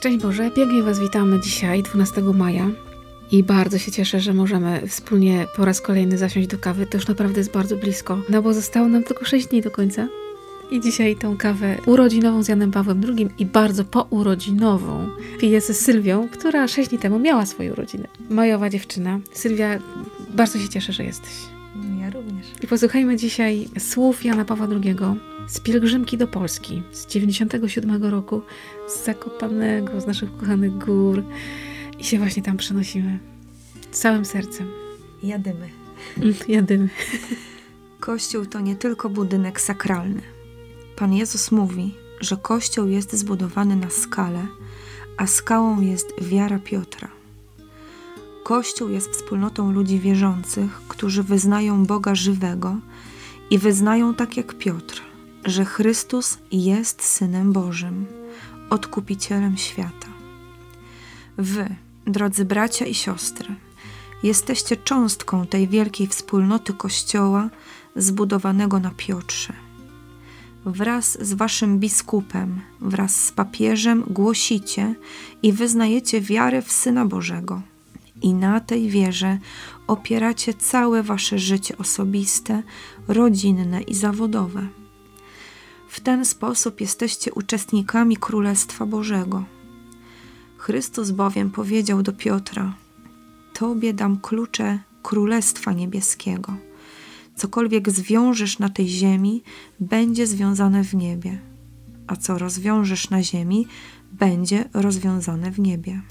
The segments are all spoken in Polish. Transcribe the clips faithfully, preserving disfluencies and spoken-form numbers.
Szczęść Boże, pięknie Was witamy dzisiaj, dwunastego maja i bardzo się cieszę, że możemy wspólnie po raz kolejny zasiąść do kawy. To już naprawdę jest bardzo blisko, no bo zostało nam tylko sześć dni do końca i dzisiaj tą kawę urodzinową z Janem Pawłem drugim i bardzo pourodzinową piję z Sylwią, która sześć dni temu miała swoje urodziny. Majowa dziewczyna. Sylwia, bardzo się cieszę, że jesteś. Ja również. I posłuchajmy dzisiaj słów Jana Pawła drugiego z pielgrzymki do Polski z dziewięćdziesiątego siódmego roku, z Zakopanego, z naszych kochanych gór i się właśnie tam przenosimy całym sercem. Jadymy. Jadymy. Kościół to nie tylko budynek sakralny. Pan Jezus mówi, że Kościół jest zbudowany na skale, a skałą jest wiara Piotra. Kościół jest wspólnotą ludzi wierzących, którzy wyznają Boga żywego i wyznają tak jak Piotr, że Chrystus jest Synem Bożym, Odkupicielem świata. Wy, drodzy bracia i siostry, jesteście cząstką tej wielkiej wspólnoty Kościoła zbudowanego na Piotrze. Wraz z waszym biskupem, wraz z papieżem głosicie i wyznajecie wiarę w Syna Bożego. I na tej wierze opieracie całe wasze życie osobiste, rodzinne i zawodowe. W ten sposób jesteście uczestnikami Królestwa Bożego. Chrystus bowiem powiedział do Piotra: Tobie dam klucze Królestwa Niebieskiego. Cokolwiek zwiążesz na tej ziemi, będzie związane w niebie, a co rozwiążesz na ziemi, będzie rozwiązane w niebie.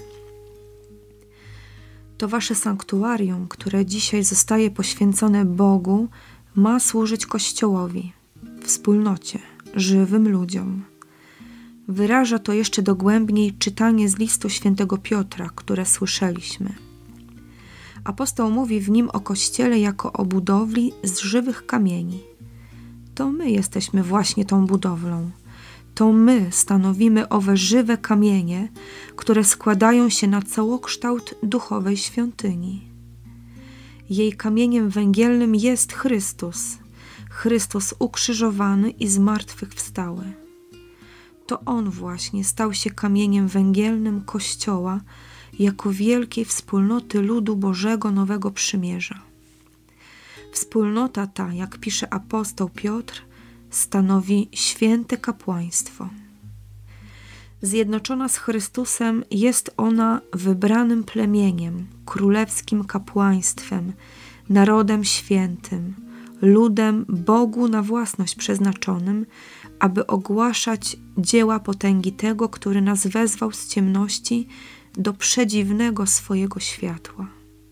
To wasze sanktuarium, które dzisiaj zostaje poświęcone Bogu, ma służyć Kościołowi, wspólnocie, żywym ludziom. Wyraża to jeszcze dogłębniej czytanie z listu świętego Piotra, które słyszeliśmy. Apostoł mówi w nim o Kościele jako o budowli z żywych kamieni. To my jesteśmy właśnie tą budowlą. To my stanowimy owe żywe kamienie, które składają się na całokształt duchowej świątyni. Jej kamieniem węgielnym jest Chrystus, Chrystus ukrzyżowany i zmartwychwstały. To On właśnie stał się kamieniem węgielnym Kościoła jako wielkiej wspólnoty ludu Bożego Nowego Przymierza. Wspólnota ta, jak pisze apostoł Piotr, stanowi święte kapłaństwo. Zjednoczona z Chrystusem jest ona wybranym plemieniem, królewskim kapłaństwem, narodem świętym, ludem Bogu na własność przeznaczonym, aby ogłaszać dzieła potęgi Tego, który nas wezwał z ciemności do przedziwnego swojego światła.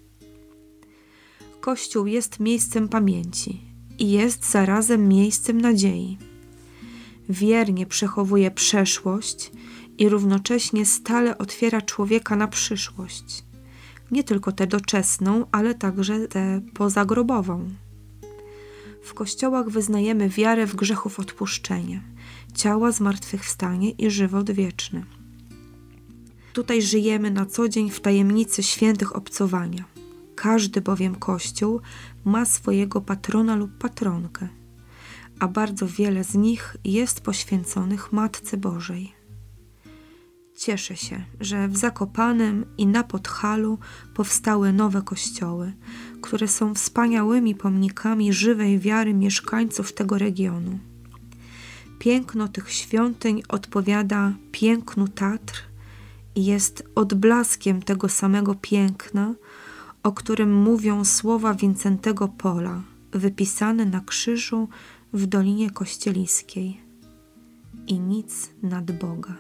Kościół jest miejscem pamięci i jest zarazem miejscem nadziei. Wiernie przechowuje przeszłość i równocześnie stale otwiera człowieka na przyszłość. Nie tylko tę doczesną, ale także tę pozagrobową. W kościołach wyznajemy wiarę w grzechów odpuszczenie, ciała zmartwychwstanie i żywot wieczny. Tutaj żyjemy na co dzień w tajemnicy świętych obcowania. Każdy bowiem kościół ma swojego patrona lub patronkę, a bardzo wiele z nich jest poświęconych Matce Bożej. Cieszę się, że w Zakopanem i na Podhalu powstały nowe kościoły, które są wspaniałymi pomnikami żywej wiary mieszkańców tego regionu. Piękno tych świątyń odpowiada pięknu Tatr i jest odblaskiem tego samego piękna, o którym mówią słowa Wincentego Pola, wypisane na krzyżu w Dolinie Kościeliskiej. I nic nad Boga.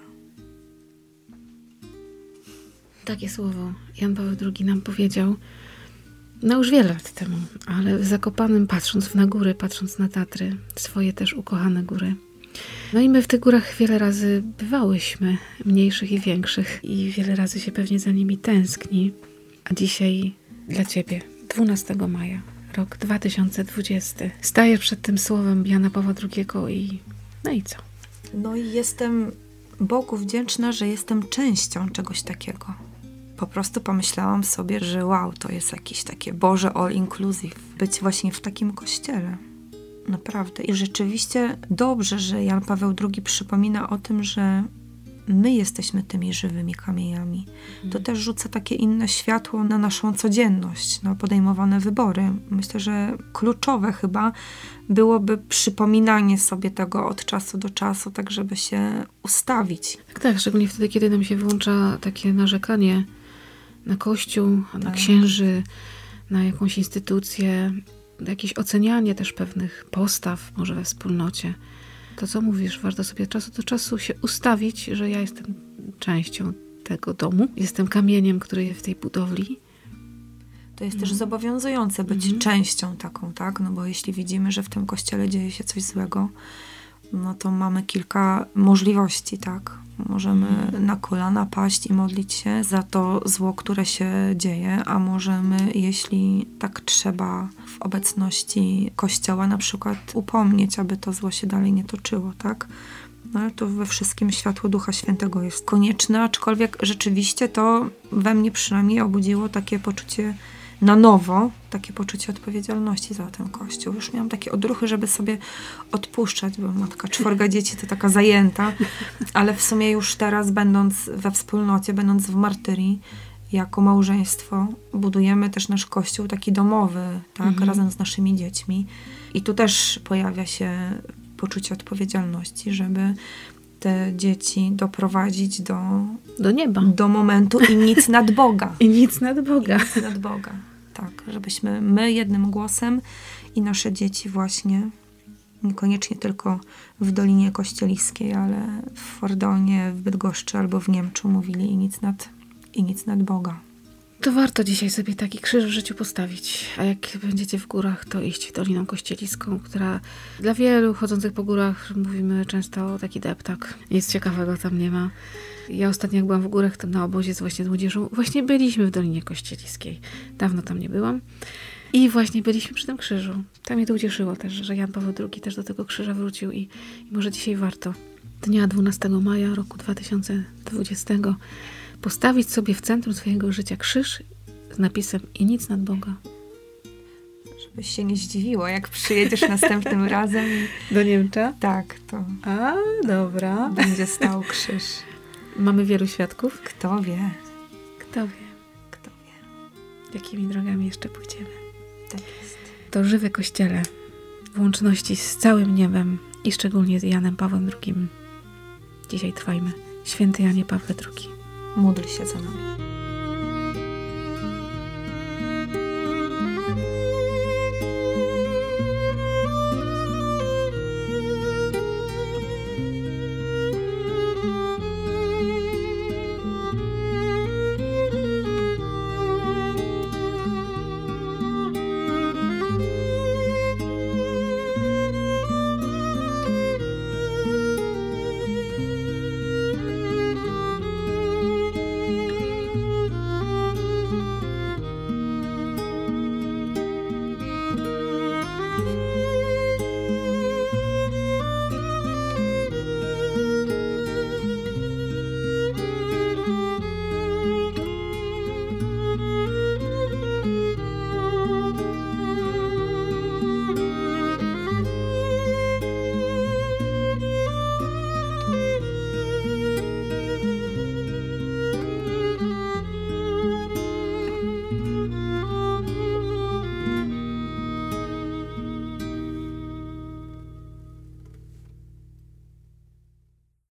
Takie słowo Jan Paweł drugi nam powiedział, no już wiele lat temu, ale w Zakopanem, patrząc na góry, patrząc na Tatry, swoje też ukochane góry. No i my w tych górach wiele razy bywałyśmy, mniejszych i większych, i wiele razy się pewnie za nimi tęskni. A dzisiaj dla Ciebie, dwunastego maja, rok dwa tysiące dwudziesty, staję przed tym słowem Jana Pawła drugiego i no i co? No i jestem Bogu wdzięczna, że jestem częścią czegoś takiego. Po prostu pomyślałam sobie, że wow, to jest jakieś takie Boże all inclusive, być właśnie w takim kościele. Naprawdę. I rzeczywiście dobrze, że Jan Paweł drugi przypomina o tym, że my jesteśmy tymi żywymi kamieniami. Mhm. To też rzuca takie inne światło na naszą codzienność, na podejmowane wybory. Myślę, że kluczowe chyba byłoby przypominanie sobie tego od czasu do czasu, tak żeby się ustawić. Tak, tak, szczególnie wtedy, kiedy nam się włącza takie narzekanie na Kościół, na Tak. księży, na jakąś instytucję, jakieś ocenianie też pewnych postaw, może we wspólnocie. To, co mówisz, warto sobie od czasu do czasu się ustawić, że ja jestem częścią tego domu, jestem kamieniem, który jest w tej budowli. To jest No. też zobowiązujące być Mhm. częścią taką, tak? No bo jeśli widzimy, że w tym kościele dzieje się coś złego, no to mamy kilka możliwości, tak? Możemy Mhm. na kolana paść i modlić się za to zło, które się dzieje, a możemy, jeśli tak trzeba, w obecności Kościoła na przykład upomnieć, aby to zło się dalej nie toczyło, tak? No ale to we wszystkim światło Ducha Świętego jest konieczne, aczkolwiek rzeczywiście to we mnie przynajmniej obudziło takie poczucie na nowo, takie poczucie odpowiedzialności za ten Kościół. Już miałam takie odruchy, żeby sobie odpuszczać, bo matka czworga dzieci to taka zajęta, ale w sumie już teraz, będąc we wspólnocie, będąc w martyrii, jako małżeństwo, budujemy też nasz Kościół taki domowy, tak, Mhm. razem z naszymi dziećmi. I tu też pojawia się poczucie odpowiedzialności, żeby te dzieci doprowadzić do, Do nieba. do momentu i nic nad Boga. I nic nad Boga. Nic nad Boga. Tak, żebyśmy my jednym głosem i nasze dzieci właśnie, niekoniecznie tylko w Dolinie Kościeliskiej, ale w Fordonie, w Bydgoszczy albo w Niemczu mówili i nic nad, i nic nad Boga. To warto dzisiaj sobie taki krzyż w życiu postawić. A jak będziecie w górach, to iść Doliną Kościeliską, która dla wielu chodzących po górach mówimy często o taki deptak. Nic ciekawego tam nie ma. Ja ostatnio jak byłam w górach, to na obozie z właśnie z młodzieżą, właśnie byliśmy w Dolinie Kościeliskiej. Dawno tam nie byłam. I właśnie byliśmy przy tym krzyżu. Tam mnie to ucieszyło też, że Jan Paweł drugi też do tego krzyża wrócił i, i może dzisiaj warto dnia dwunastego maja roku dwa tysiące dwudziestego postawić sobie w centrum swojego życia krzyż z napisem i nic nad Boga. Żebyś się nie zdziwiło, jak przyjedziesz następnym razem. I... Do Niemcza? Tak, to A, dobra. będzie stał krzyż. Mamy wielu świadków. Kto wie, Kto wie, kto wie. jakimi drogami jeszcze pójdziemy. Tak jest. To żywy Kościele w łączności z całym niebem i szczególnie z Janem Pawłem drugim. Dzisiaj trwajmy. Święty Janie Pawle drugi. Módl się za nami.